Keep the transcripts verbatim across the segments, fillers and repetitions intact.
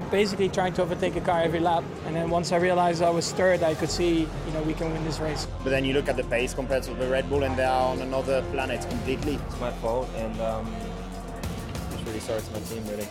basically trying to overtake a car every lap, and then once I realized I was third, I could see, you know, we can win this race. But then you look at the pace compared to the Red Bull, and they are on another planet completely. It's my fault, and um, just really sorry to my team, really.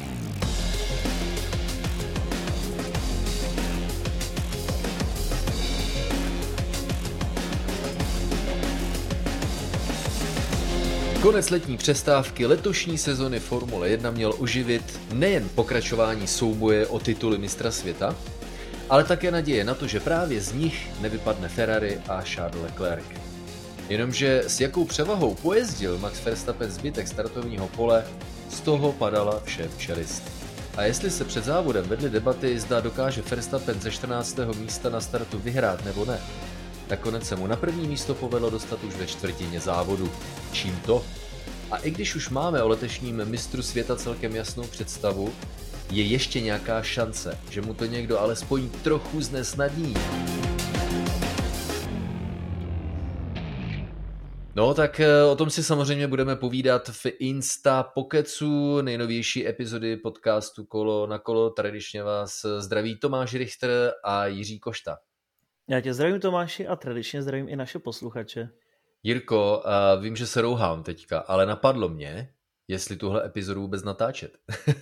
Konec letní přestávky letošní sezony Formule jedna měl oživit nejen pokračování souboje o tituly mistra světa, ale také naděje na to, že právě z nich nevypadne Ferrari a Charles Leclerc. Jenomže s jakou převahou pojezdil Max Verstappen zbytek startovního pole, z toho padala vše v čelist. A jestli se před závodem vedly debaty, zda dokáže Verstappen ze čtrnáctého místa na startu vyhrát nebo ne, nakonec se mu na první místo povedlo dostat už ve čtvrtině závodu. Čím to? A i když už máme o letošním mistru světa celkem jasnou představu, je ještě nějaká šance, že mu to někdo alespoň trochu znesnadní. No tak o tom si samozřejmě budeme povídat v Insta Pokecu, nejnovější epizody podcastu Kolo na kolo. Tradičně vás zdraví Tomáš Richter a Jiří Košta. Já tě zdravím, Tomáši, a tradičně zdravím i naše posluchače. Jirko, uh, vím, že se rouhám teďka, ale napadlo mě, jestli tuhle epizodu vůbec natáčet.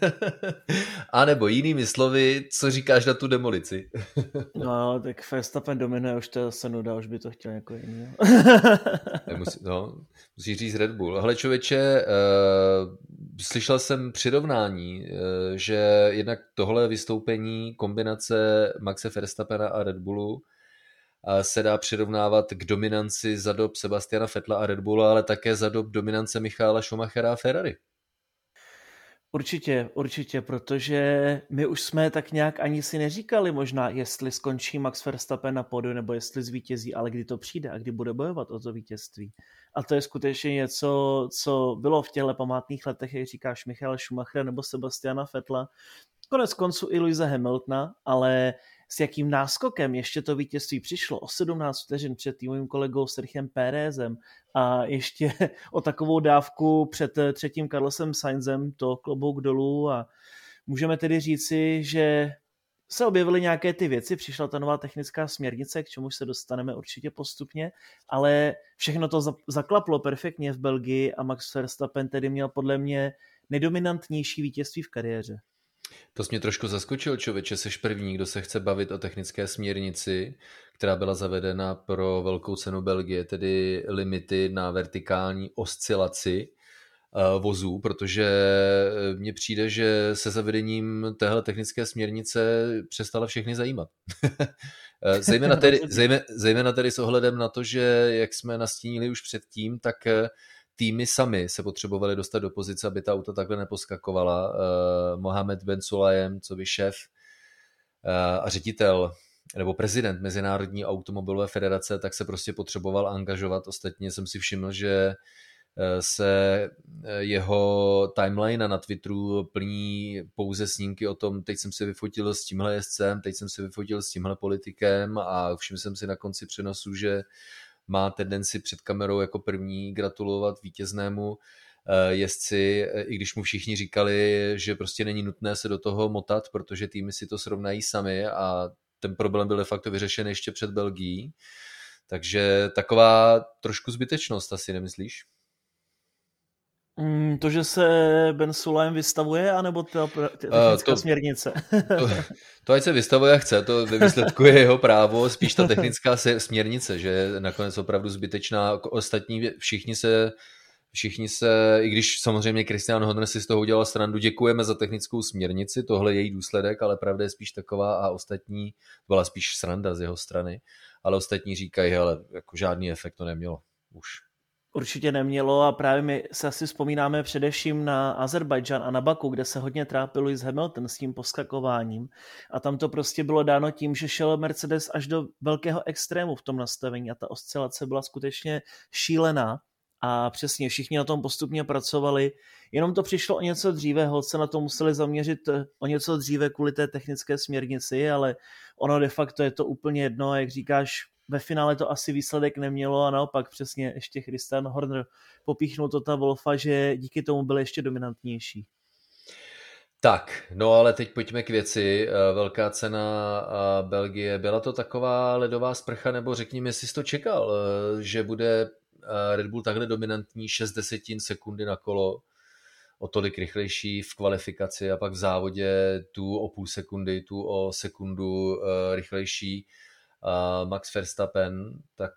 A nebo jinými slovy, co říkáš na tu demolici? No, tak Verstappen dominuje, už to se nuda, už by to chtěl jako jiný. Musí, no, musíš říct Red Bull. Hele člověče, uh, slyšel jsem přirovnání, uh, že jednak tohle vystoupení, kombinace Maxe Verstappena a Red Bullu se dá přirovnávat k dominanci za dob Sebastiana Vettela a Red Bulla, ale také za dob dominance Michaela Schumachera a Ferrari. Určitě, určitě, protože my už jsme tak nějak ani si neříkali možná, jestli skončí Max Verstappen na pódiu, nebo jestli zvítězí, ale kdy to přijde a kdy bude bojovat o to vítězství. A to je skutečně něco, co bylo v těchto památných letech, jak říkáš, Michaela Schumachera nebo Sebastiana Vettela, konec konců i Lewise Hamiltona, ale s jakým náskokem ještě to vítězství přišlo o sedmnáct vteřin před týmovým kolegou Sergiem Pérezem a ještě o takovou dávku před třetím Carlosem Sainzem, to klobouk dolů, a můžeme tedy říci, že se objevily nějaké ty věci, přišla ta nová technická směrnice, k čemu se dostaneme určitě postupně, ale všechno to zaklaplo perfektně v Belgii a Max Verstappen tedy měl podle mě nejdominantnější vítězství v kariéře. To jsi mě trošku zaskočil, člověče, seš první, kdo se chce bavit o technické směrnici, která byla zavedena pro velkou cenu Belgie, tedy limity na vertikální oscilaci uh, vozů, protože mně přijde, že se zavedením téhle technické směrnice přestala všechny zajímat. zejména, tedy, zejména, zejména tedy s ohledem na to, že jak jsme nastínili už předtím, tak týmy sami se potřebovali dostat do pozice, aby ta auta takhle neposkakovala. Uh, Mohamed Ben Sulayem, co by šéf uh, a ředitel nebo prezident Mezinárodní automobilové federace, tak se prostě potřeboval angažovat. Ostatně jsem si všiml, že se jeho timeline na Twitteru plní pouze snímky o tom, teď jsem si vyfotil s tímhle jezdcem, teď jsem si vyfotil s tímhle politikem, a všiml jsem si na konci přenosu, že má tendenci před kamerou jako první gratulovat vítěznému jezdci, i když mu všichni říkali, že prostě není nutné se do toho motat, protože týmy si to srovnají sami, a ten problém byl de facto vyřešen ještě před Belgií. Takže taková trošku zbytečnost, asi nemyslíš? Mm, to, že se Ben Sulayem vystavuje, anebo ta technická uh, směrnice? to, to ať se vystavuje a chce, to ve výsledku je jeho právo, spíš ta technická směrnice, že je nakonec opravdu zbytečná. Ostatní všichni se, všichni se, i když samozřejmě Christian Horner si z toho udělal srandu, děkujeme za technickou směrnici, tohle je její důsledek, ale pravda je spíš taková, a ostatní, byla spíš sranda z jeho strany, ale ostatní říkají, hele, jako žádný efekt to nemělo už. Určitě nemělo, a právě my se asi vzpomínáme především na Azerbajdžán a na Baku, kde se hodně trápil Lewis Hamilton s tím poskakováním, a tam to prostě bylo dáno tím, že šel Mercedes až do velkého extrému v tom nastavení a ta oscilace byla skutečně šílená, a přesně všichni na tom postupně pracovali, jenom to přišlo o něco dříve, holce na to museli zaměřit o něco dříve kvůli té technické směrnici, ale ono de facto je to úplně jedno, jak říkáš, ve finále to asi výsledek nemělo, a naopak přesně ještě Christian Horner popíchnul Tota Wolffa, že díky tomu byl ještě dominantnější. Tak, no ale teď pojďme k věci. Velká cena Belgie. Byla to taková ledová sprcha, nebo řekni mi, jestli jsi to čekal, že bude Red Bull takhle dominantní šest desetin sekundy na kolo, o tolik rychlejší v kvalifikaci a pak v závodě tu o půl sekundy, tu o sekundu rychlejší Max Verstappen, tak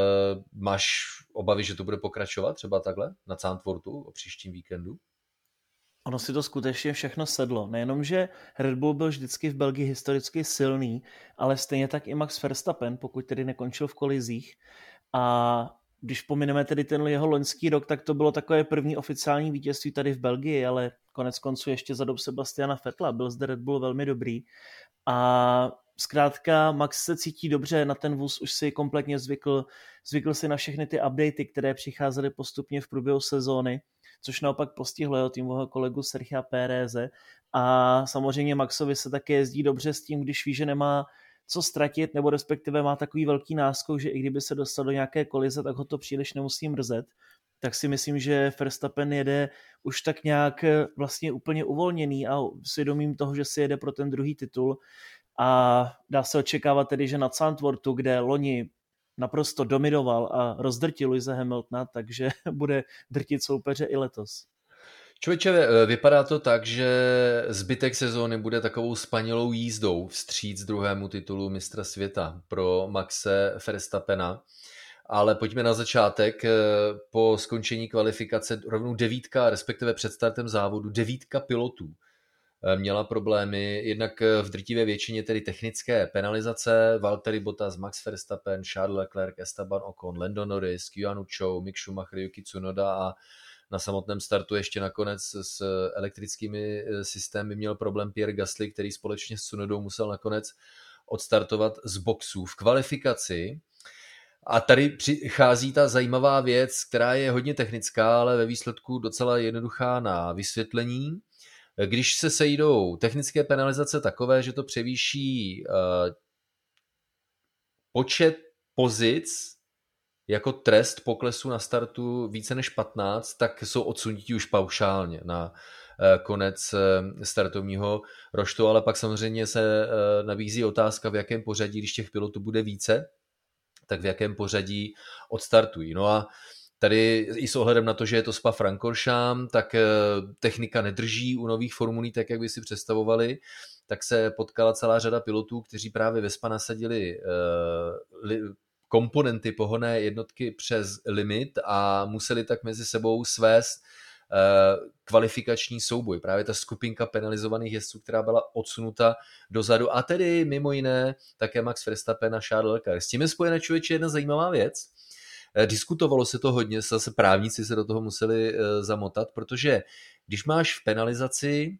máš obavy, že to bude pokračovat třeba takhle na Zandvoortu o příštím víkendu? Ono si to skutečně všechno sedlo. Nejenom, že Red Bull byl vždycky v Belgii historicky silný, ale stejně tak i Max Verstappen, pokud tedy nekončil v kolizích. A když pomineme tedy ten jeho loňský rok, tak to bylo takové první oficiální vítězství tady v Belgii, ale konec konců ještě za dob Sebastiana Vettela. Byl zde Red Bull velmi dobrý. A zkrátka Max se cítí dobře, na ten vůz už si kompletně zvykl, zvykl si na všechny ty updaty, které přicházely postupně v průběhu sezóny, což naopak postihlo jeho týmového kolegu Sergia Péreze. A samozřejmě Maxovi se také jezdí dobře s tím, když ví, že nemá co ztratit, nebo respektive má takový velký náskok, že i kdyby se dostal do nějaké kolize, tak ho to příliš nemusí mrzet. Tak si myslím, že Verstappen jede už tak nějak vlastně úplně uvolněný a svědomím toho, že si jede pro ten druhý titul. A dá se očekávat tedy, že na Zandvoortu, kde loni naprosto dominoval a rozdrtil Lewise Hamiltona, takže bude drtit soupeře i letos. Člověče, vypadá to tak, že zbytek sezóny bude takovou spanilou jízdou vstříc druhému titulu mistra světa pro Maxe Verstappena. Ale pojďme na začátek. Po skončení kvalifikace rovnou devítka, respektive před startem závodu, devítka pilotů měla problémy, jednak v drtivé většině tedy technické penalizace, Valtteri Bottas, Max Verstappen, Charles Leclerc, Esteban Ocon, Lando Norris, Yuan Zhou, Mick Schumacher, Yuki Tsunoda a na samotném startu ještě nakonec s elektrickými systémy měl problém Pierre Gasly, který společně s Tsunodou musel nakonec odstartovat z boxů v kvalifikaci. A tady přichází ta zajímavá věc, která je hodně technická, ale ve výsledku docela jednoduchá na vysvětlení. Když se sejdou technické penalizace takové, že to převýší uh, počet pozic jako trest poklesu na startu více než patnáct, tak jsou odsunutí už paušálně na uh, konec uh, startovního roštu, ale pak samozřejmě se uh, nabízí otázka, v jakém pořadí, když těch pilotů bude více, tak v jakém pořadí odstartují. No a tady i s ohledem na to, že je to Spa-Francorchamps, tak technika nedrží u nových formulí, tak jak by si představovali, tak se potkala celá řada pilotů, kteří právě ve Spa nasadili komponenty pohonné jednotky přes limit a museli tak mezi sebou svést kvalifikační souboj. Právě ta skupinka penalizovaných jezdců, která byla odsunuta dozadu, a tedy mimo jiné také Max Verstappen a Charles Leclerc. S tím je spojená, člověče, jedna zajímavá věc. Diskutovalo se to hodně, zase právníci se do toho museli zamotat, protože když máš v penalizaci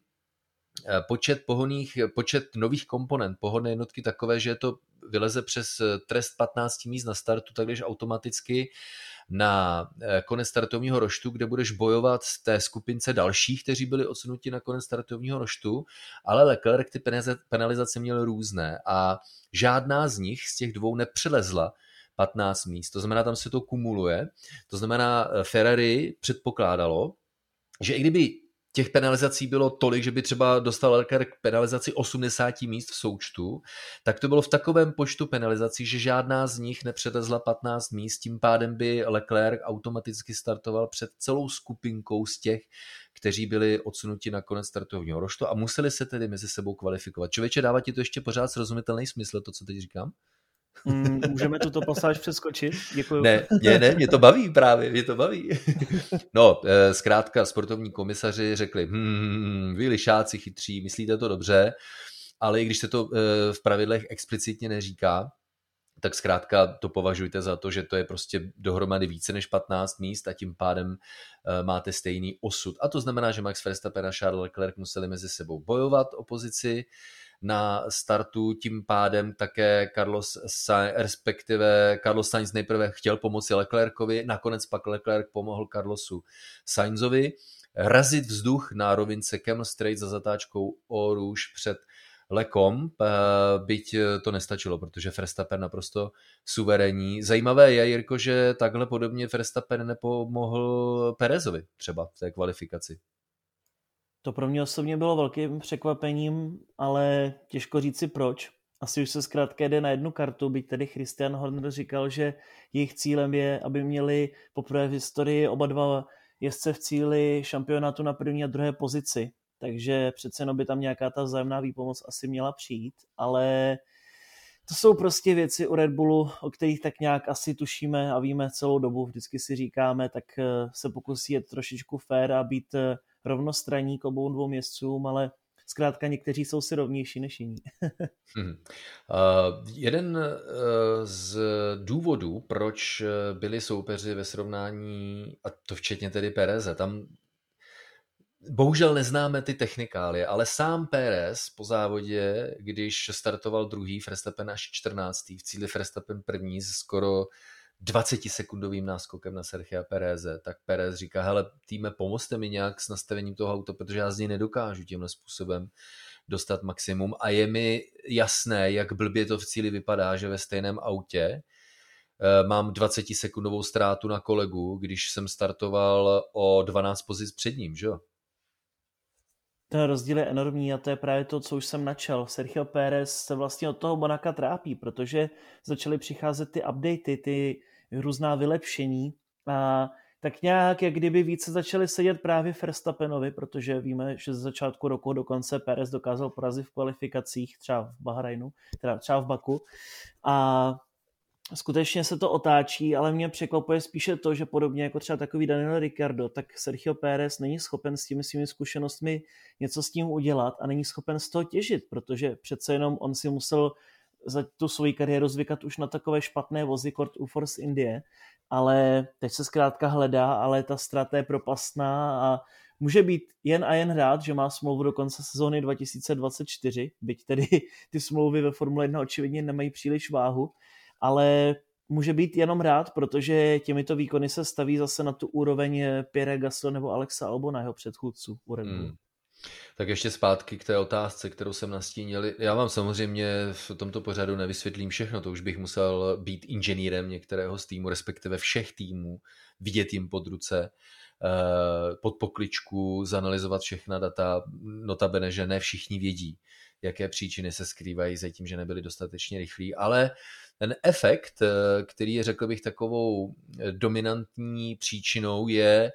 počet pohonných, počet nových komponent pohonné jednotky takové, že to vyleze přes trest patnáct míst na startu, tak jdeš automaticky na konec startovního roštu, kde budeš bojovat v té skupince dalších, kteří byli odsunuti na konec startovního roštu, ale Leclerc ty penalizace měl různé a žádná z nich z těch dvou nepřelezla patnáct míst. To znamená, tam se to kumuluje. To znamená, Ferrari předpokládalo, že i kdyby těch penalizací bylo tolik, že by třeba dostal Leclerc penalizaci osmdesát míst v součtu, tak to bylo v takovém počtu penalizací, že žádná z nich nepřelezla patnáct míst, tím pádem by Leclerc automaticky startoval před celou skupinkou z těch, kteří byli odsunuti na konec startovního roštu a museli se tedy mezi sebou kvalifikovat. Člověče, dává ti to ještě pořád srozumitelný smysl, to, co teď říkám? Mm, můžeme tuto pasáž přeskočit? Děkuju. Ne, ne, ne, mě to baví právě, mě to baví. No, zkrátka sportovní komisaři řekli, hmm, vy lišáci chytří, myslíte to dobře, ale i když se to v pravidlech explicitně neříká, tak zkrátka to považujte za to, že to je prostě dohromady více než patnáct míst a tím pádem máte stejný osud. A to znamená, že Max Verstappen a Charles Leclerc museli mezi sebou bojovat o pozici na startu, tím pádem také Carlos Sainz, respektive Carlos Sainz nejprve chtěl pomoci Leclercovi, nakonec pak Leclerc pomohl Carlosu Sainzovi razit vzduch na rovince Camel Straight za zatáčkou Eau Rouge před Lecom, byť to nestačilo, protože Verstappen naprosto suverénní. Zajímavé je, Jirko, že takhle podobně Verstappen nepomohl Pérezovi třeba v té kvalifikaci. To pro mě osobně bylo velkým překvapením, ale těžko říci proč. Asi už se zkrátka jde na jednu kartu, byť tedy Christian Horner říkal, že jejich cílem je, aby měli poprvé v historii oba dva jezdce v cíli šampionátu na první a druhé pozici. Takže přece jenom by tam nějaká ta vzájemná výpomoc asi měla přijít, ale to jsou prostě věci u Red Bullu, o kterých tak nějak asi tušíme a víme celou dobu. Vždycky si říkáme, tak se pokusí jet trošičku fair a být rovnostranní k obou dvou jezdcům, ale zkrátka někteří jsou si rovnější než jiní. hmm. uh, jeden uh, z důvodů, proč byli soupeři ve srovnání, a to včetně tedy Péreze, tam bohužel neznáme ty technikálie, ale sám Pérez po závodě, když startoval druhý, Verstappen až čtrnáctý, v cíli Verstappen první s skoro dvacetisekundovým náskokem na Sergia Péreze, tak Pérez říká, hele týme, pomozte mi nějak s nastavením toho auta, protože já z něj nedokážu tímhle způsobem dostat maximum a je mi jasné, jak blbě to v cíli vypadá, že ve stejném autě mám dvacetisekundovou ztrátu na kolegu, když jsem startoval o dvanáct pozic před ním, že jo? Ten rozdíl je enormní a to je právě to, co už jsem načal. Sergio Pérez se vlastně od toho Monaka trápí, protože začaly přicházet ty updaty, ty různá vylepšení a tak nějak, jak kdyby více začaly sedět právě Verstappenovi, protože víme, že ze začátku roku dokonce Pérez dokázal porazit v kvalifikacích, třeba v Bahrajnu, teda třeba v Baku a skutečně se to otáčí, ale mě překvapuje spíše to, že podobně jako třeba takový Daniel Ricciardo, tak Sergio Pérez není schopen s těmi svými zkušenostmi něco s tím udělat a není schopen z toho těžit, protože přece jenom on si musel za tu svoji kariéru zvykat už na takové špatné vozy kort u Force India, ale teď se zkrátka hledá, ale ta ztráta je propastná a může být jen a jen rád, že má smlouvu do konce sezóny dva tisíce dvacet čtyři, byť tedy ty smlouvy ve Formule jedna očividně nemají příliš váhu, ale může být jenom rád, protože těmito výkony se staví zase na tu úroveň Pierre Gasly nebo Alexa Albona, jeho předchůdců u Red Bull. Hmm. Tak ještě zpátky k té otázce, kterou jsem nastínil. Já vám samozřejmě v tomto pořadu nevysvětlím všechno, to už bych musel být inženýrem některého z týmu, respektive všech týmů, vidět jim pod ruce, pod pokličku, zanalyzovat všechna data, notabene, že ne všichni vědí, jaké příčiny se skrývají za tím, že nebyli dostatečně rychlí, ale ten efekt, který je, řekl bych, takovou dominantní příčinou, je,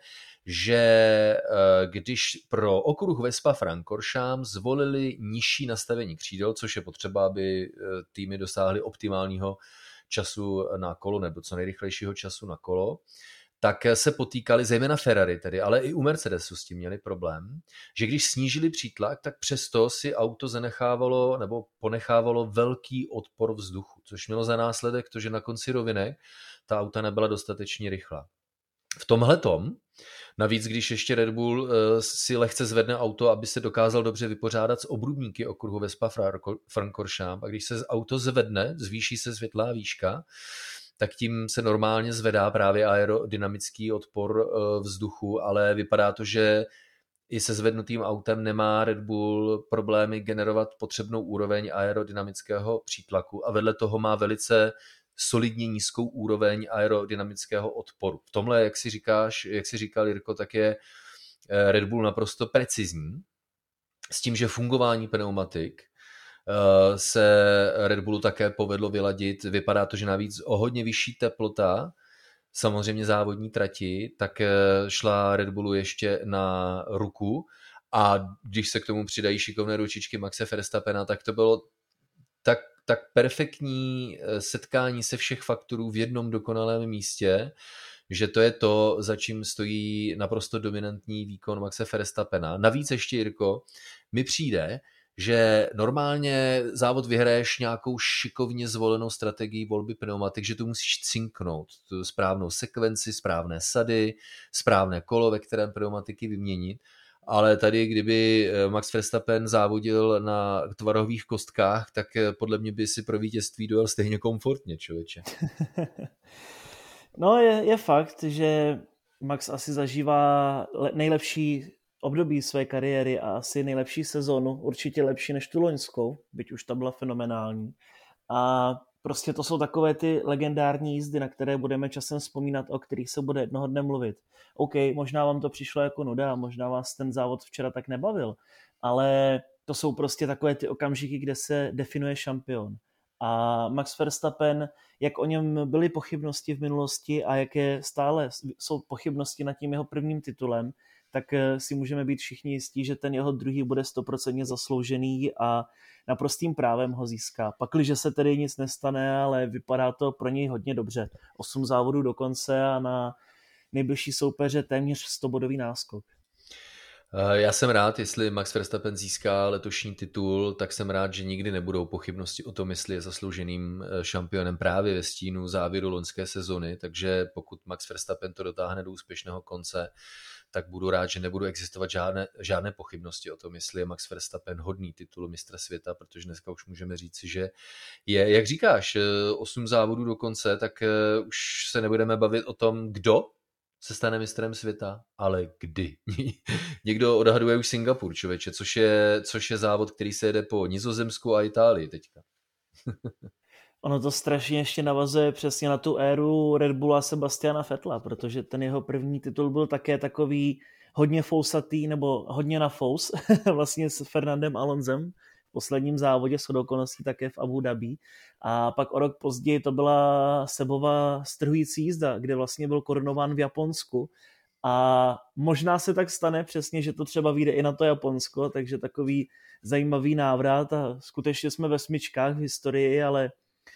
že když pro okruh ve Spa-Francorchamps zvolili nižší nastavení křídel, což je potřeba, aby týmy dosáhly optimálního času na kolo nebo co nejrychlejšího času na kolo, tak se potýkali zejména Ferrari tedy, ale i u Mercedesu s tím měli problém, že když snížili přítlak, tak přesto si auto zanechávalo nebo ponechávalo velký odpor vzduchu, což mělo za následek to, že na konci rovinek ta auta nebyla dostatečně rychlá. V tomhletom, navíc když ještě Red Bull si lehce zvedne auto, aby se dokázal dobře vypořádat s obrubníky okruhu ve Spa-Francorchamps, a když se auto zvedne, zvýší se světlá výška, tak tím se normálně zvedá právě aerodynamický odpor vzduchu, ale vypadá to, že i se zvednutým autem nemá Red Bull problémy generovat potřebnou úroveň aerodynamického přítlaku a vedle toho má velice solidně nízkou úroveň aerodynamického odporu. V tomhle, jak si říkáš, jak si říkal Jirko, tak je Red Bull naprosto precizní s tím, že fungování pneumatik se Red Bullu také povedlo vyladit. Vypadá to, že navíc o hodně vyšší teplota, samozřejmě závodní trati, tak šla Red Bullu ještě na ruku a když se k tomu přidají šikovné ručičky Maxe Verstappena, tak to bylo tak, tak perfektní setkání se všech faktorů v jednom dokonalém místě, že to je to, za čím stojí naprosto dominantní výkon Maxe Verstappena. Navíc ještě, Jirko, mi přijde, že normálně závod vyhraješ nějakou šikovně zvolenou strategii volby pneumatik, že tu musíš cinknout tu správnou sekvenci, správné sady, správné kolo, ve kterém pneumatiky vyměnit, ale tady, kdyby Max Verstappen závodil na tvarohových kostkách, tak podle mě by si pro vítězství dojel stejně komfortně, člověče. No je, je fakt, že Max asi zažívá nejlepší období své kariéry a asi nejlepší sezonu, určitě lepší než tu loňskou, byť už ta byla fenomenální. A prostě to jsou takové ty legendární jízdy, na které budeme časem vzpomínat, o kterých se bude jednoho dne mluvit. OK, možná vám to přišlo jako nuda, možná vás ten závod včera tak nebavil, ale to jsou prostě takové ty okamžiky, kde se definuje šampion. A Max Verstappen, jak o něm byly pochybnosti v minulosti a jaké stále jsou pochybnosti nad tím jeho prvním titulem, tak si můžeme být všichni jistí, že ten jeho druhý bude stoprocentně zasloužený a naprostým právem ho získá. Pakliže se tedy nic nestane, ale vypadá to pro něj hodně dobře. Osm závodů do konce a na nejbližší soupeře téměř sto bodový náskok. Já jsem rád, jestli Max Verstappen získá letošní titul, tak jsem rád, že nikdy nebudou pochybnosti o tom, jestli je zaslouženým šampionem právě ve stínu závěru loňské sezony, takže pokud Max Verstappen to dotáhne do úspěšného konce, tak budu rád, že nebudou existovat žádné, žádné pochybnosti o tom, jestli je Max Verstappen hodný titulu mistra světa, protože dneska už můžeme říct, že je, jak říkáš, osm závodů do konce, tak už se nebudeme bavit o tom, kdo se stane mistrem světa, ale kdy. Někdo odhaduje už Singapur, člověče, což je, což je závod, který se jede po Nizozemsku a Itálii teďka. Ono to strašně ještě navazuje přesně na tu éru Red Bulla Sebastiana Vettela, protože ten jeho první titul byl také takový hodně fousatý, nebo hodně na fous, vlastně s Fernandem Alonsem v posledním závodě, shodou okolností také v Abu Dhabi. A pak o rok později to byla Sebova strhující jízda, kde vlastně byl korunován v Japonsku. A možná se tak stane přesně, že to třeba vyjde i na to Japonsko, takže takový zajímavý návrat a skutečně jsme ve smyčkách v historii, ale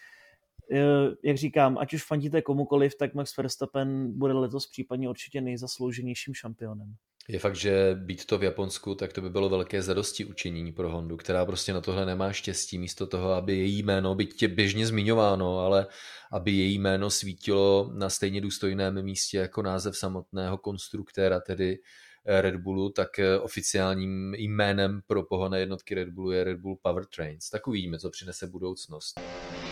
jak říkám, ať už fandíte komukoliv, tak Max Verstappen bude letos případně určitě nejzaslouženějším šampionem. Je fakt, že být to v Japonsku, tak to by bylo velké zadosti učinění pro Hondu, která prostě na tohle nemá štěstí, místo toho, aby její jméno, byť tě běžně zmiňováno, ale aby její jméno svítilo na stejně důstojném místě jako název samotného konstruktéra, tedy Red Bullu, tak oficiálním jménem pro pohonné jednotky Red Bullu je Red Bull Powertrains. Tak uvidíme, co přinese budoucnost.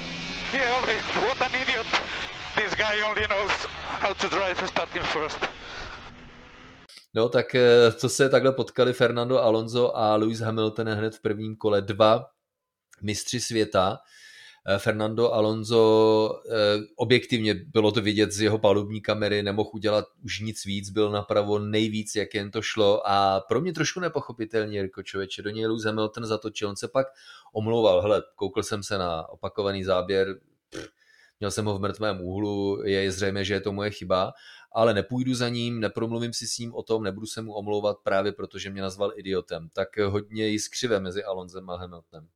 What an idiot. This guy only knows how to drive starting first. No tak co se takhle potkali Fernando Alonso a Lewis Hamilton hned v prvním kole, dva mistři světa. Fernando Alonso, objektivně bylo to vidět z jeho palubní kamery, nemohl udělat už nic víc, byl napravo nejvíc, jak jen to šlo a pro mě trošku nepochopitelně, Jirko člověče, do něj Lewis Hamilton zatočil, on se pak omlouval, hele, koukl jsem se na opakovaný záběr, pff, měl jsem ho v mrtvém úhlu, je zřejmé, že je to moje chyba, ale nepůjdu za ním, nepromluvím si s ním o tom, nebudu se mu omlouvat právě proto, že mě nazval idiotem. Tak hodně jiskřivé mezi Alonsem a Hamiltonem.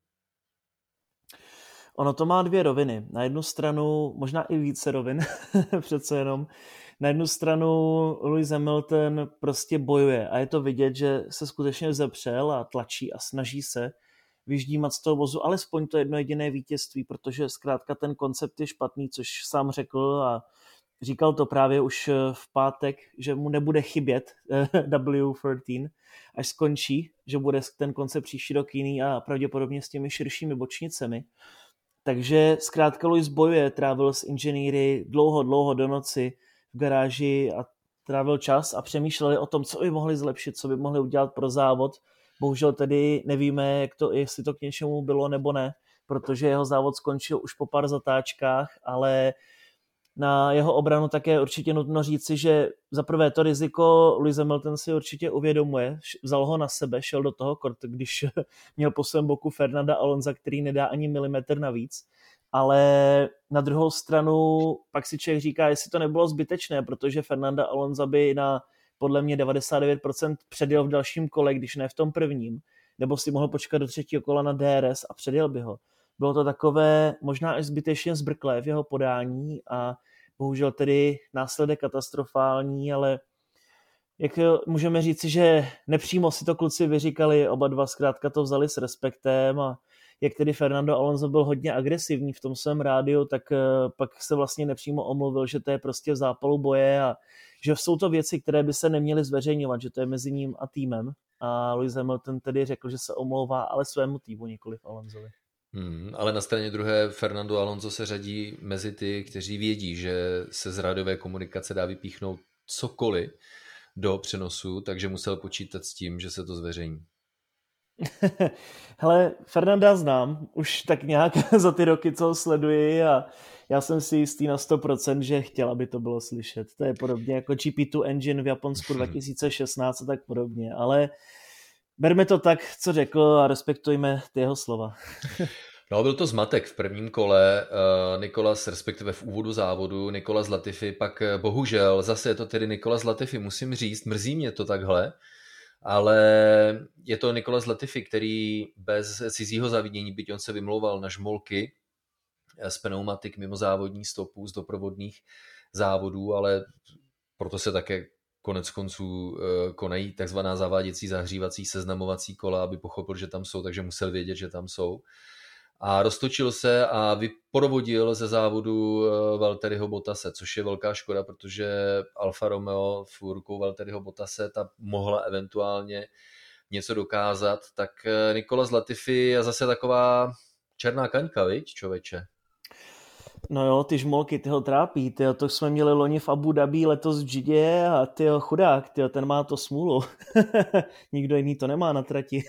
Ono to má dvě roviny. Na jednu stranu, možná i více rovin, přece jenom. Na jednu stranu Lewis Hamilton prostě bojuje a je to vidět, že se skutečně vzepřel a tlačí a snaží se vyždímat z toho vozu alespoň to jedno jediné vítězství, protože zkrátka ten koncept je špatný, což sám řekl a říkal to právě už v pátek, že mu nebude chybět W třináct, až skončí, že bude ten koncept příští rok jiný a pravděpodobně s těmi širšími bočnicemi. Takže zkrátka Lewis bojuje, trávil s inženýry dlouho, dlouho do noci v garáži a trávil čas a přemýšleli o tom, co by mohli zlepšit, co by mohli udělat pro závod. Bohužel tedy nevíme, jak to, jestli to k něčemu bylo nebo ne, protože jeho závod skončil už po pár zatáčkách, ale na jeho obranu také určitě nutno říci, že za prvé to riziko Lewis Hamilton si určitě uvědomuje, vzal ho na sebe, šel do toho kort, když měl po svém boku Fernanda Alonsa, který nedá ani milimetr navíc, ale na druhou stranu pak si člověk říká, jestli to nebylo zbytečné, protože Fernanda Alonsa by na podle mě devadesát devět procent předjel v dalším kole, když ne v tom prvním, nebo si mohl počkat do třetího kola na D R S a předjel by ho. Bylo to takové možná až zbytečně zbrklé v jeho podání a bohužel tedy následek katastrofální, ale jak můžeme říci, že nepřímo si to kluci vyříkali, oba dva zkrátka to vzali s respektem a jak tedy Fernando Alonso byl hodně agresivní v tom svém rádiu, tak pak se vlastně nepřímo omluvil, že to je prostě v zápalu boje a že jsou to věci, které by se neměly zveřejňovat, že to je mezi ním a týmem. A Lewis Hamilton tedy řekl, že se omlouvá, ale svému týmu, nikoliv Alonsovi. Hmm, ale na straně druhé Fernando Alonso se řadí mezi ty, kteří vědí, že se z rádiové komunikace dá vypíchnout cokoliv do přenosu, takže musel počítat s tím, že se to zveřejní. Hele, Fernanda znám už tak nějak za ty roky, co ho sleduji a já jsem si jistý na sto procent, že chtěl, aby to bylo slyšet. To je podobně jako G P dva Engine v Japonsku dva tisíce šestnáct a tak podobně, ale berme to tak, co řekl a respektujme ty jeho slova. No, byl to zmatek v prvním kole. Nicolas, respektive v úvodu závodu, Nicolas Latifi, pak bohužel, zase je to tedy Nicolas Latifi, musím říct, mrzí mě to takhle, ale je to Nicolas Latifi, který bez cizího zavidění, byť on se vymlouval na žmolky z pneumatik mimo závodní stopu, z doprovodných závodů, ale proto se také konec konců konají takzvaná zaváděcí zahřívací seznamovací kola, aby pochopil, že tam jsou, takže musel vědět, že tam jsou. A roztočil se a vyprovodil ze závodu Valtteriho Bottase, což je velká škoda, protože Alfa Romeo v rukou Valtteriho Bottase ta mohla eventuálně něco dokázat. Tak Nicolas Latifi je zase taková černá kaňka, viď, člověče? No jo, ty žmolky, ty ho trápí, tyjo, to jsme měli loni v Abu Dhabi, letos v Džidě a tyjo, chudák, tyjo, ten má to smůlu. Nikdo jiný to nemá na trati.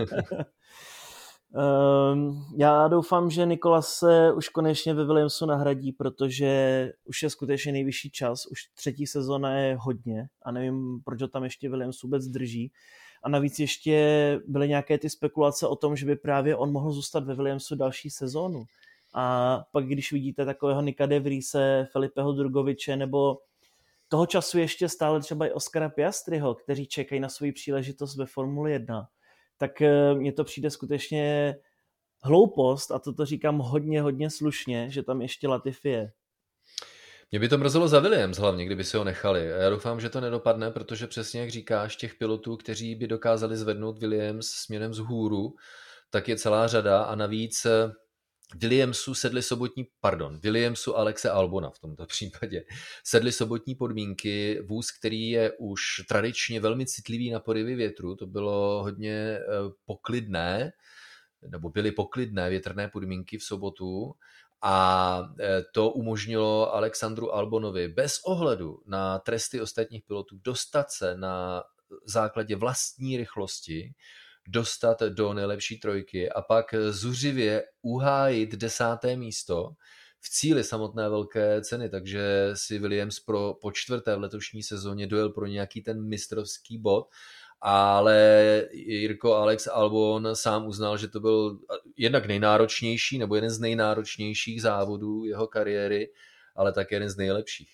Um, já doufám, že Nicolas se už konečně ve Williamsu nahradí, protože už je skutečně nejvyšší čas, už třetí sezona je hodně a nevím, proč ho tam ještě Williams vůbec drží. A navíc ještě byly nějaké ty spekulace o tom, že by právě on mohl zůstat ve Williamsu další sezónu. A pak když vidíte takového Nika de Vriese, Felipeho Drugoviče nebo toho času ještě stále třeba i Oscara Piastriho, kteří čekají na svou příležitost ve Formuli jedna, tak mně to přijde skutečně hloupost a toto říkám hodně, hodně slušně, že tam ještě Latifi je. Mě by to mrzelo za Williams hlavně, kdyby si ho nechali. A já doufám, že to nedopadne, protože přesně jak říkáš, těch pilotů, kteří by dokázali zvednout Williams směrem vzhůru, tak je celá řada a navíc Williamsu sedly sobotní, pardon, Williamsu Alexe Albona v tomto případě sedly sobotní podmínky, vůz, který je už tradičně velmi citlivý na poryvy větru, to bylo hodně poklidné, nebo byly poklidné větrné podmínky v sobotu a to umožnilo Alexandru Albonovi bez ohledu na tresty ostatních pilotů dostat se na základě vlastní rychlosti dostat do nejlepší trojky a pak zuřivě uhájit desáté místo v cíli samotné velké ceny, takže si Williams pro po čtvrté v letošní sezóně dojel pro nějaký ten mistrovský bod, ale Jirko Alex Albon sám uznal, že to byl jednak nejnáročnější nebo jeden z nejnáročnějších závodů jeho kariéry, ale také jeden z nejlepších.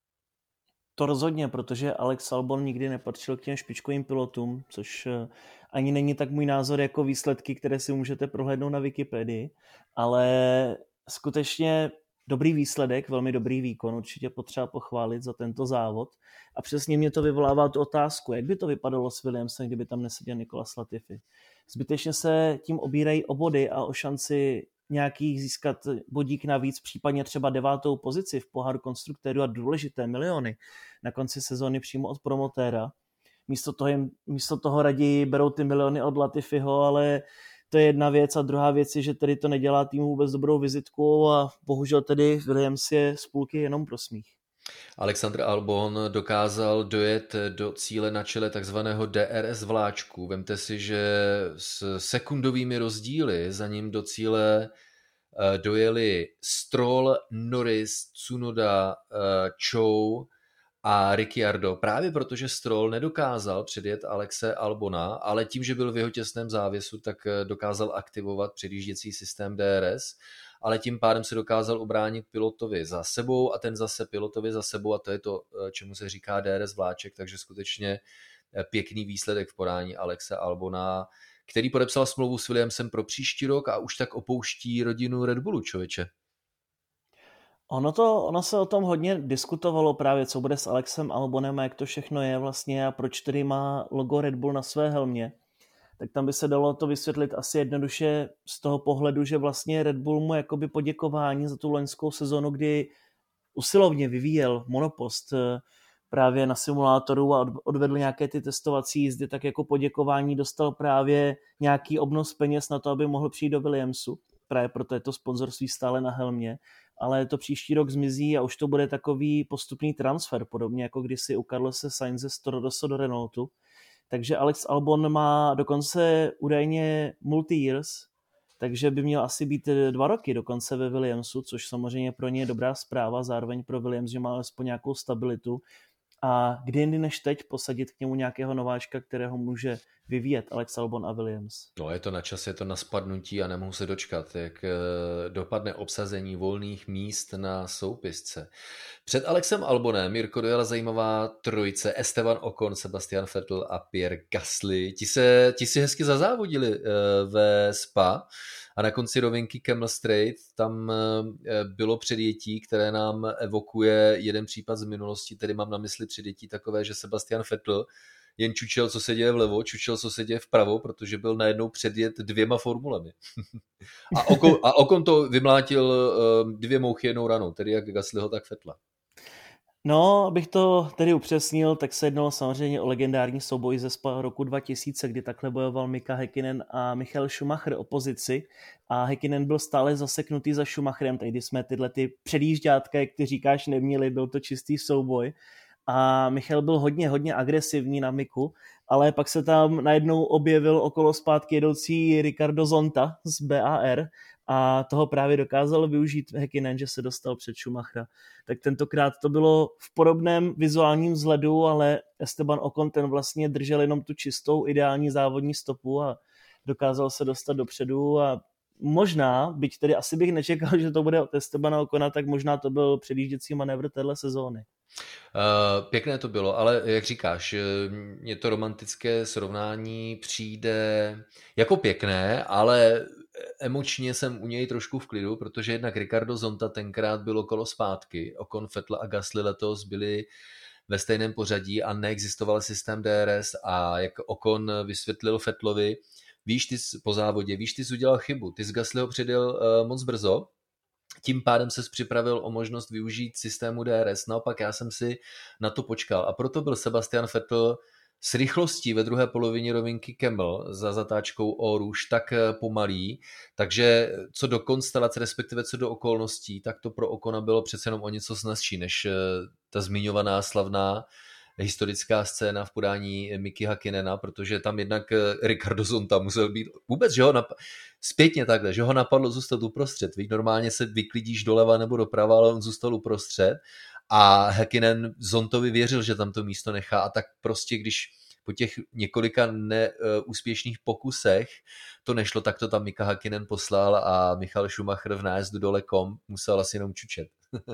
To rozhodně, protože Alex Albon nikdy nepatřil k těm špičkovým pilotům, což ani není tak můj názor jako výsledky, které si můžete prohlédnout na Wikipedii, ale skutečně dobrý výsledek, velmi dobrý výkon, určitě potřeba pochválit za tento závod a přesně mě to vyvolává tu otázku, jak by to vypadalo s Williamsem, kdyby tam neseděl Nicolas Latifi. Zbytečně se tím obírají o body a o šanci nějakých získat bodík navíc, případně třeba devátou pozici v poháru konstruktérů a důležité miliony na konci sezóny přímo od promotéra. Místo toho, jim, místo toho raději berou ty miliony od Latifiho, ale to je jedna věc a druhá věc je, že tedy to nedělá týmu vůbec dobrou vizitku a bohužel tedy Williams je z půlky jenom pro smích. Alexandr Albon dokázal dojet do cíle na čele takzvaného D R S vláčku. Vemte si, že s sekundovými rozdíly za ním do cíle dojeli Stroll, Norris, Tsunoda, Zhou a Ricciardo. Právě protože Stroll nedokázal předjet Alexe Albona, ale tím, že byl v jeho těsném závěsu, tak dokázal aktivovat předjížděcí systém D R S, ale tím pádem se dokázal ubránit pilotovi za sebou a ten zase pilotovi za sebou a to je to, čemu se říká D R S vláček, takže skutečně pěkný výsledek v podání Alexe Albona, který podepsal smlouvu s Williamsem pro příští rok a už tak opouští rodinu Red Bullu, člověče. Ono, to, ono se o tom hodně diskutovalo právě, co bude s Alexem Albonem a jak to všechno je vlastně a proč tedy má logo Red Bull na své helmě. Tak tam by se dalo to vysvětlit asi jednoduše z toho pohledu, že vlastně Red Bull mu jakoby poděkování za tu loňskou sezonu, kdy usilovně vyvíjel monopost právě na simulátoru a odvedl nějaké ty testovací jízdy, tak jako poděkování dostal právě nějaký obnos peněz na to, aby mohl přijít do Williamsu. Právě proto je to sponzorství stále na helmě. Ale to příští rok zmizí a už to bude takový postupný transfer, podobně jako kdysi u Carlose Sainze z Toro Rosso do Renaultu. takže Alex Albon má dokonce údajně multi-years, takže by měl asi být dva roky dokonce ve Williamsu, což samozřejmě pro ně je dobrá zpráva, zároveň pro Williams, že má alespoň nějakou stabilitu. A kdy jindy než teď posadit k němu nějakého nováčka, kterého může vyvíjet Alex Albon a Williams? No, je to na čas, je to na spadnutí a nemohu se dočkat, jak dopadne obsazení volných míst na soupisce. Před Alexem Albonem, Jirko, dojela zajímavá trojice: Esteban Ocon, Sebastian Vettel a Pierre Gasly. Ti, se, ti si hezky zazávodili ve Spa a na konci rovinky Camel Straight tam bylo předjetí, které nám evokuje jeden případ z minulosti, tedy mám na mysli předjetí takové, že Sebastian Vettel jen čučel, co se děje vlevo, čučel, co se děje vpravo, protože byl najednou předjet dvěma formulemi. a, Ocon, a Ocon to vymlátil dvě mouchy jednou ranou, tedy jak Gaslyho, tak Vettela. No, abych to tedy upřesnil, tak se jednalo samozřejmě o legendární souboj ze Spa roku dva tisíce, kdy takhle bojoval Mika Häkkinen a Michael Schumacher o pozici a Häkkinen byl stále zaseknutý za Schumacherem, tehdy jsme tyhle ty předjížďátka, jak ty říkáš, neměli, byl to čistý souboj a Michal byl hodně, hodně agresivní na Miku, ale pak se tam najednou objevil okolo zpátky jedoucí Ricardo Zonta z B A R a toho právě dokázal využít Häkkinen, že se dostal před Schumachera. Tak tentokrát to bylo v podobném vizuálním vzhledu, ale Esteban Ocon ten vlastně držel jenom tu čistou ideální závodní stopu a dokázal se dostat dopředu a možná, byť tedy asi bych nečekal, že to bude od Estebana Ocona, tak možná to byl předjížděcí manévr téhle sezóny. Uh, pěkné to bylo, ale jak říkáš, mně to romantické srovnání přijde jako pěkné, ale emočně jsem u něj trošku v klidu, protože jednak Ricardo Zonta tenkrát bylo kolo zpátky, Ocon, Vettel a Gasly letos byli ve stejném pořadí a neexistoval systém D R S a jak Ocon vysvětlil Vettelovi, víš ty po závodě, víš ty jsi udělal chybu, ty z Gaslyho předjel uh, moc brzo, tím pádem ses připravil o možnost využít systému D R S. Naopak já jsem si na to počkal a proto byl Sebastian Vettel s rychlostí ve druhé polovině rovinky Camel za zatáčkou Eau Rouge tak pomalý, takže co do konstelace, respektive co do okolností, tak to pro Ocona bylo přece jenom o něco snazší než ta zmiňovaná slavná historická scéna v podání Miky Häkkinena, protože tam jednak Ricardo Zonta musel být vůbec, že ho nap... zpětně takhle, že ho napadlo zůstat uprostřed. Víš, normálně se vyklidíš doleva nebo doprava, ale on zůstal uprostřed a Häkkinen Zontovi věřil, že tam to místo nechá a tak prostě, když po těch několika neúspěšných pokusech to nešlo, tak to tam Mika Häkkinen poslal a Michael Schumacher v nájezdu dole kom musel asi jenom čučet.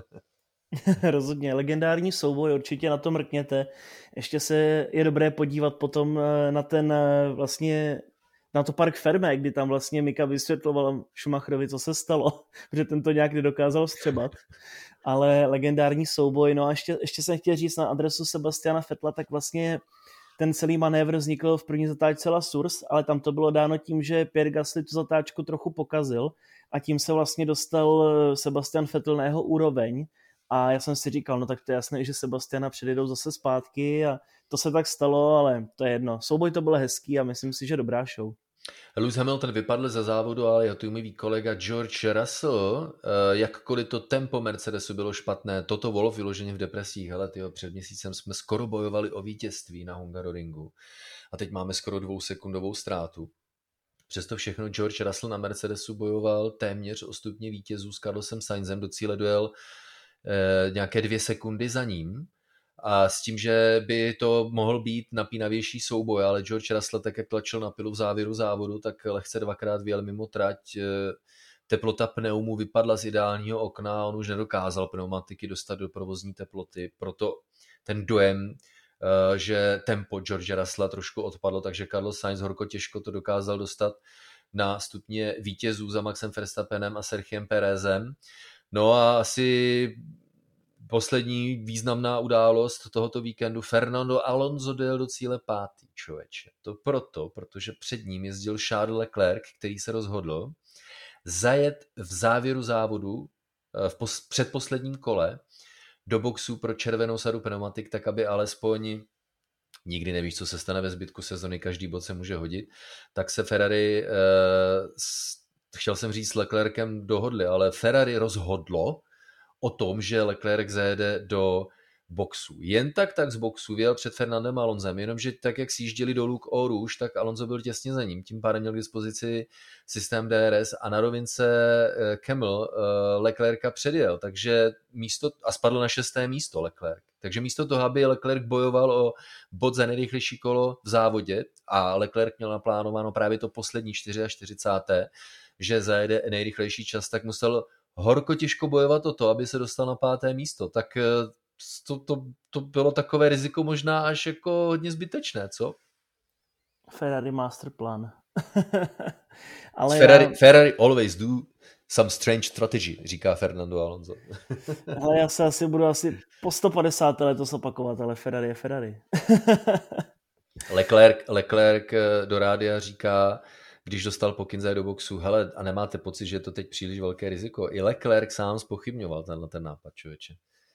Rozhodně, legendární souboj, určitě na to mrkněte. Ještě se je dobré podívat potom na ten vlastně na to Park Fermé, kdy tam vlastně Mika vysvětloval Schumacherovi, co se stalo, protože ten to nějak nedokázal střebat. Ale legendární souboj, no a ještě, ještě jsem chtěl říct na adresu Sebastiana Vettela, tak vlastně ten celý manévr vznikl v první zatáčce La Source, ale tam to bylo dáno tím, že Pierre Gasly tu zatáčku trochu pokazil a tím se vlastně dostal Sebastian Vettel na jeho úroveň. A já jsem si říkal, no tak to je jasné, že Sebastiana předjedou zase zpátky a to se tak stalo, ale to je jedno. Souboj to byl hezký a myslím si, že dobrá show. Lewis Hamilton vypadl ze závodu, ale jeho týmový kolega George Russell, jakkoliv to tempo Mercedesu bylo špatné, Toto Wolff vyloženě v depresích, hele tyjo, před měsícem jsme skoro bojovali o vítězství na Hungaroringu a teď máme skoro dvousekundovou ztrátu. Přesto všechno George Russell na Mercedesu bojoval téměř o stupně vítězů s Carlosem Sainzem, do cíle dojel eh, nějaké dvě sekundy za ním a s tím, že by to mohl být napínavější souboj, ale George Russell tak jak tlačil na pilu v závěru závodu, tak lehce dvakrát vyjel mimo trať, teplota pneumu vypadla z ideálního okna a on už nedokázal pneumatiky dostat do provozní teploty, proto ten dojem, že tempo George Russella trošku odpadlo, takže Carlos Sainz horko těžko to dokázal dostat na stupně vítězů za Maxem Verstappenem a Sergiem Pérezem. No a asi poslední významná událost tohoto víkendu, Fernando Alonso dojel do cíle pátý, člověče. To proto, protože před ním jezdil Charles Leclerc, který se rozhodl zajet v závěru závodu v pos- předposledním kole do boxu pro červenou sadu pneumatik, tak aby alespoň, nikdy nevíš, co se stane ve zbytku sezony, každý bod se může hodit, tak se Ferrari, eh, s, chtěl jsem říct s Leclercem dohodli, ale Ferrari rozhodlo o tom, že Leclerc zajede do boxu. Jen tak tak z boxu vyjel před Fernandem Alonzem, jenomže tak, jak sjížděli dolů k Eau Rouge, tak Alonso byl těsně za ním. Tím pádem měl k dispozici systém D R S a na rovince Camel Leclerca předjel, takže místo, a spadl na šesté místo Leclerc. Takže místo toho, aby Leclerc bojoval o bod za nejrychlejší kolo v závodě a Leclerc měl naplánováno právě to poslední čtyřicáté čtyři, že zajede nejrychlejší čas, tak musel horko těžko bojovat o to, aby se dostal na páté místo. Tak to, to, to bylo takové riziko možná až jako hodně zbytečné, co? Ferrari masterplan. Ale Ferrari, já... Ferrari always do some strange strategy, říká Fernando Alonso. Ale já se asi budu asi po sto padesát letos opakovat, ale Ferrari je Ferrari. Leclerc, Leclerc do rádia říká, když dostal pokyn zajet do boxu, hele, a nemáte pocit, že je to teď příliš velké riziko? I Leclerc sám zpochybňoval tenhle ten nápad, člověče.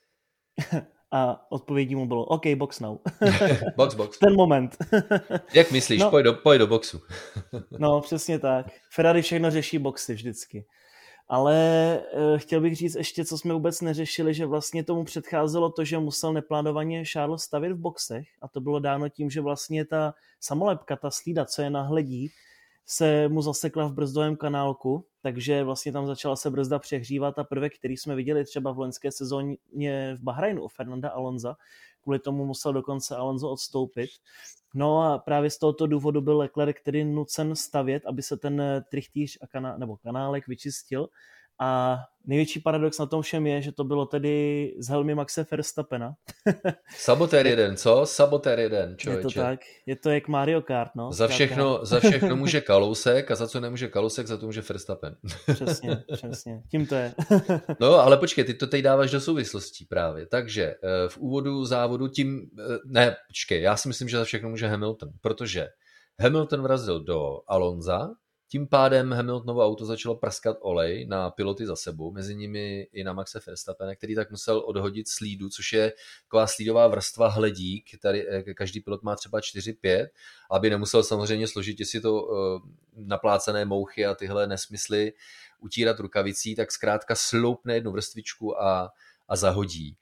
A odpovědí mu bylo, OK, box now. box, box. Ten moment. Jak myslíš, no, pojď, do, pojď do boxu. No, přesně tak. Ferrari všechno řeší boxy vždycky. Ale e, chtěl bych říct ještě, co jsme vůbec neřešili, že vlastně tomu předcházelo to, že musel neplánovaně Charles stavět v boxech a to bylo dáno tím, že vlastně ta samolepka, ta slída, co je na hledí, se mu zasekla v brzdovém kanálku, takže vlastně tam začala se brzda přehřívat a prvek, který jsme viděli třeba v loňské sezóně v Bahrajnu u Fernanda Alonza, kvůli tomu musel dokonce Alonso odstoupit. No a právě z tohoto důvodu byl Leclerc tedy nucen stavět, aby se ten trichtýř a kaná, nebo kanálek vyčistil. A největší paradox na tom všem je, že to bylo tedy z helmy Maxe Verstappena. Sabotér jeden, co? Sabotér jeden, člověče. Je to tak, je to jak Mario Kart, no. Za všechno, za všechno může Kalousek a za co nemůže Kalousek, za to může Verstappen. Přesně, přesně, tím to je. No, ale počkej, ty to teď dáváš do souvislostí právě. Takže v úvodu závodu tím, ne, počkej, já si myslím, že za všechno může Hamilton, protože Hamilton vrazil do Alonza, tím pádem Hamiltonovo auto začalo praskat olej na piloty za sebou, mezi nimi i na Maxe Verstappena, který tak musel odhodit slídu, což je taková slídová vrstva hledík, tady každý pilot má třeba čtyři pět, aby nemusel samozřejmě složitě si to uh, naplácené mouchy a tyhle nesmysly utírat rukavicí, tak zkrátka sloupne jednu vrstvičku a a zahodí.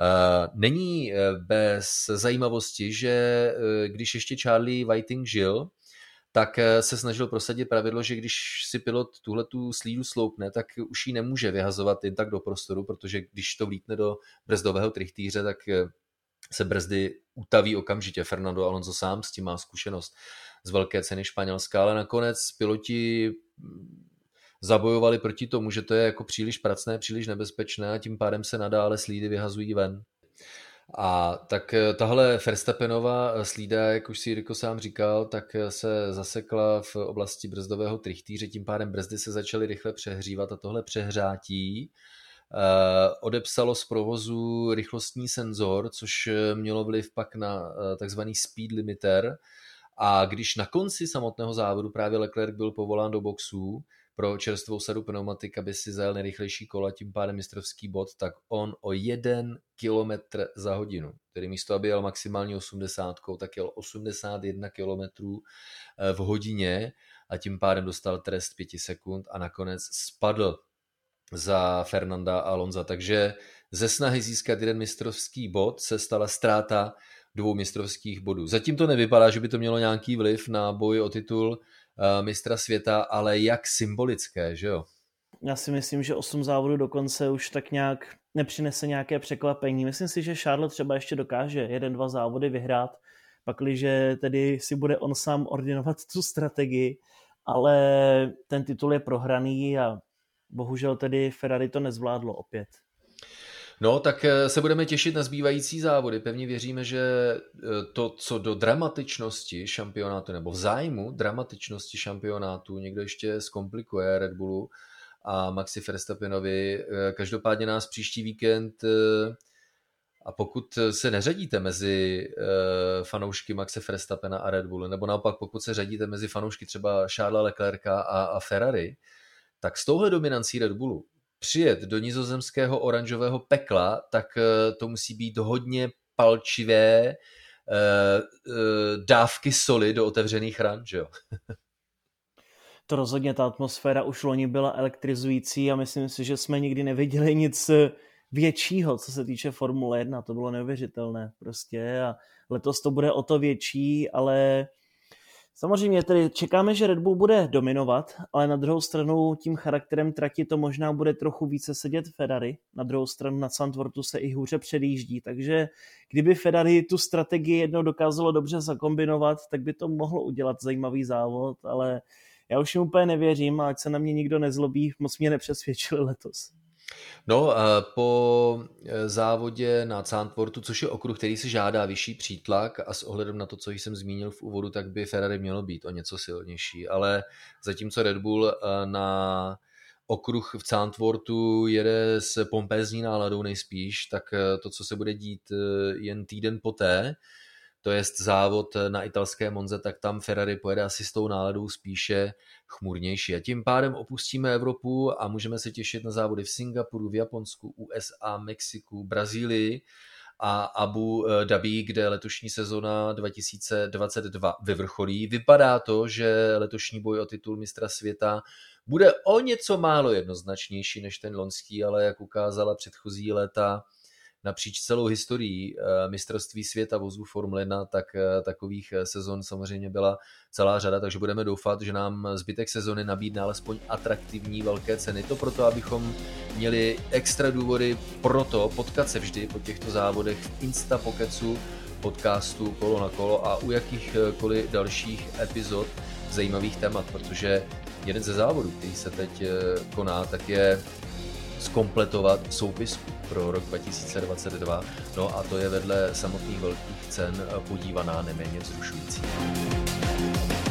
Není bez zajímavosti, že když ještě Charlie Whiting žil, tak se snažil prosadit pravidlo, že když si pilot tuhletu slídu sloupne, tak už ji nemůže vyhazovat jen tak do prostoru, protože když to vlítne do brzdového trichtýře, tak se brzdy utaví okamžitě. Fernando Alonso sám s tím má zkušenost z velké ceny Španělska, ale nakonec piloti zabojovali proti tomu, že to je jako příliš pracné, příliš nebezpečné a tím pádem se nadále slídy vyhazují ven. A tak tahle Verstappenova slída, jak už si Jirko sám říkal, tak se zasekla v oblasti brzdového trichtýře, tím pádem brzdy se začaly rychle přehřívat a tohle přehřátí odepsalo z provozu rychlostní senzor, což mělo vliv pak na takzvaný speed limiter. A když na konci samotného závodu právě Leclerc byl povolán do boxů pro čerstvou sadu pneumatik, aby si zajel nejrychlejší kola, tím pádem mistrovský bod, tak on o jeden kilometr za hodinu, tedy místo, aby jel maximálně osmdesátkou, tak jel osmdesát jedna kilometrů v hodině a tím pádem dostal trest pěti sekund a nakonec spadl za Fernanda Alonza. Takže ze snahy získat jeden mistrovský bod se stala ztráta dvou mistrovských bodů. Zatím to nevypadá, že by to mělo nějaký vliv na boj o titul mistra světa, ale jak symbolické, že jo? Já si myslím, že osm závodů dokonce už tak nějak nepřinese nějaké překvapení. Myslím si, že Charles třeba ještě dokáže jeden, dva závody vyhrát, pakliže tedy si bude on sám ordinovat tu strategii, ale ten titul je prohraný a bohužel tedy Ferrari to nezvládlo opět. No, tak se budeme těšit na zbývající závody. Pevně věříme, že to, co do dramatičnosti šampionátu, nebo v zájmu dramatičnosti šampionátu někdo ještě zkomplikuje Red Bullu a Maxi Verstappenovi. Každopádně nás příští víkend, a pokud se neřadíte mezi fanoušky Maxe Verstappena a Red Bullu, nebo naopak pokud se řadíte mezi fanoušky třeba Charlesa Leclerca a, a Ferrari, tak s touhle dominancí Red Bullu přijet do nizozemského oranžového pekla, tak to musí být hodně palčivé dávky soli do otevřených ran, že jo? To rozhodně, ta atmosféra už loni byla elektrizující a myslím si, že jsme nikdy neviděli nic většího, co se týče Formule jedna, to bylo neuvěřitelné prostě a letos to bude o to větší, ale samozřejmě tedy čekáme, že Red Bull bude dominovat, ale na druhou stranu tím charakterem trati to možná bude trochu více sedět Ferrari, na druhou stranu na Zandvoortu se i hůře předjíždí, takže kdyby Ferrari tu strategii jednou dokázalo dobře zakombinovat, tak by to mohlo udělat zajímavý závod, ale já už jim úplně nevěřím a ať se na mě nikdo nezlobí, moc mě nepřesvědčili letos. No, po závodě na Zandvoortu, což je okruh, který si žádá vyšší přítlak a s ohledem na to, co jsem zmínil v úvodu, tak by Ferrari mělo být o něco silnější, ale zatímco Red Bull na okruh v Zandvoortu jede s pompézní náladou nejspíš, tak to, co se bude dít jen týden poté, to je závod na italské Monze, tak tam Ferrari pojede asi s tou náladou spíše chmurnější. A tím pádem opustíme Evropu a můžeme se těšit na závody v Singapuru, v Japonsku, U S A, Mexiku, Brazílii a Abu Dhabi, kde letošní sezona dva tisíce dvacet dva vyvrcholí. Vypadá to, že letošní boj o titul mistra světa bude o něco málo jednoznačnější než ten loňský, ale jak ukázala předchozí léta, napříč celou historií mistrovství světa vozů Formule jedna, tak takových sezon samozřejmě byla celá řada, takže budeme doufat, že nám zbytek sezony nabídne alespoň atraktivní velké ceny. To proto, abychom měli extra důvody pro to potkat se vždy po těchto závodech v Instapokecu podcastu Kolo na kolo a u jakýchkoliv dalších epizod zajímavých témat, protože jeden ze závodů, který se teď koná, tak je zkompletovat soupisku pro rok dva tisíce dvacet dva, no a to je vedle samotných velkých cen podívaná neméně vzrušující.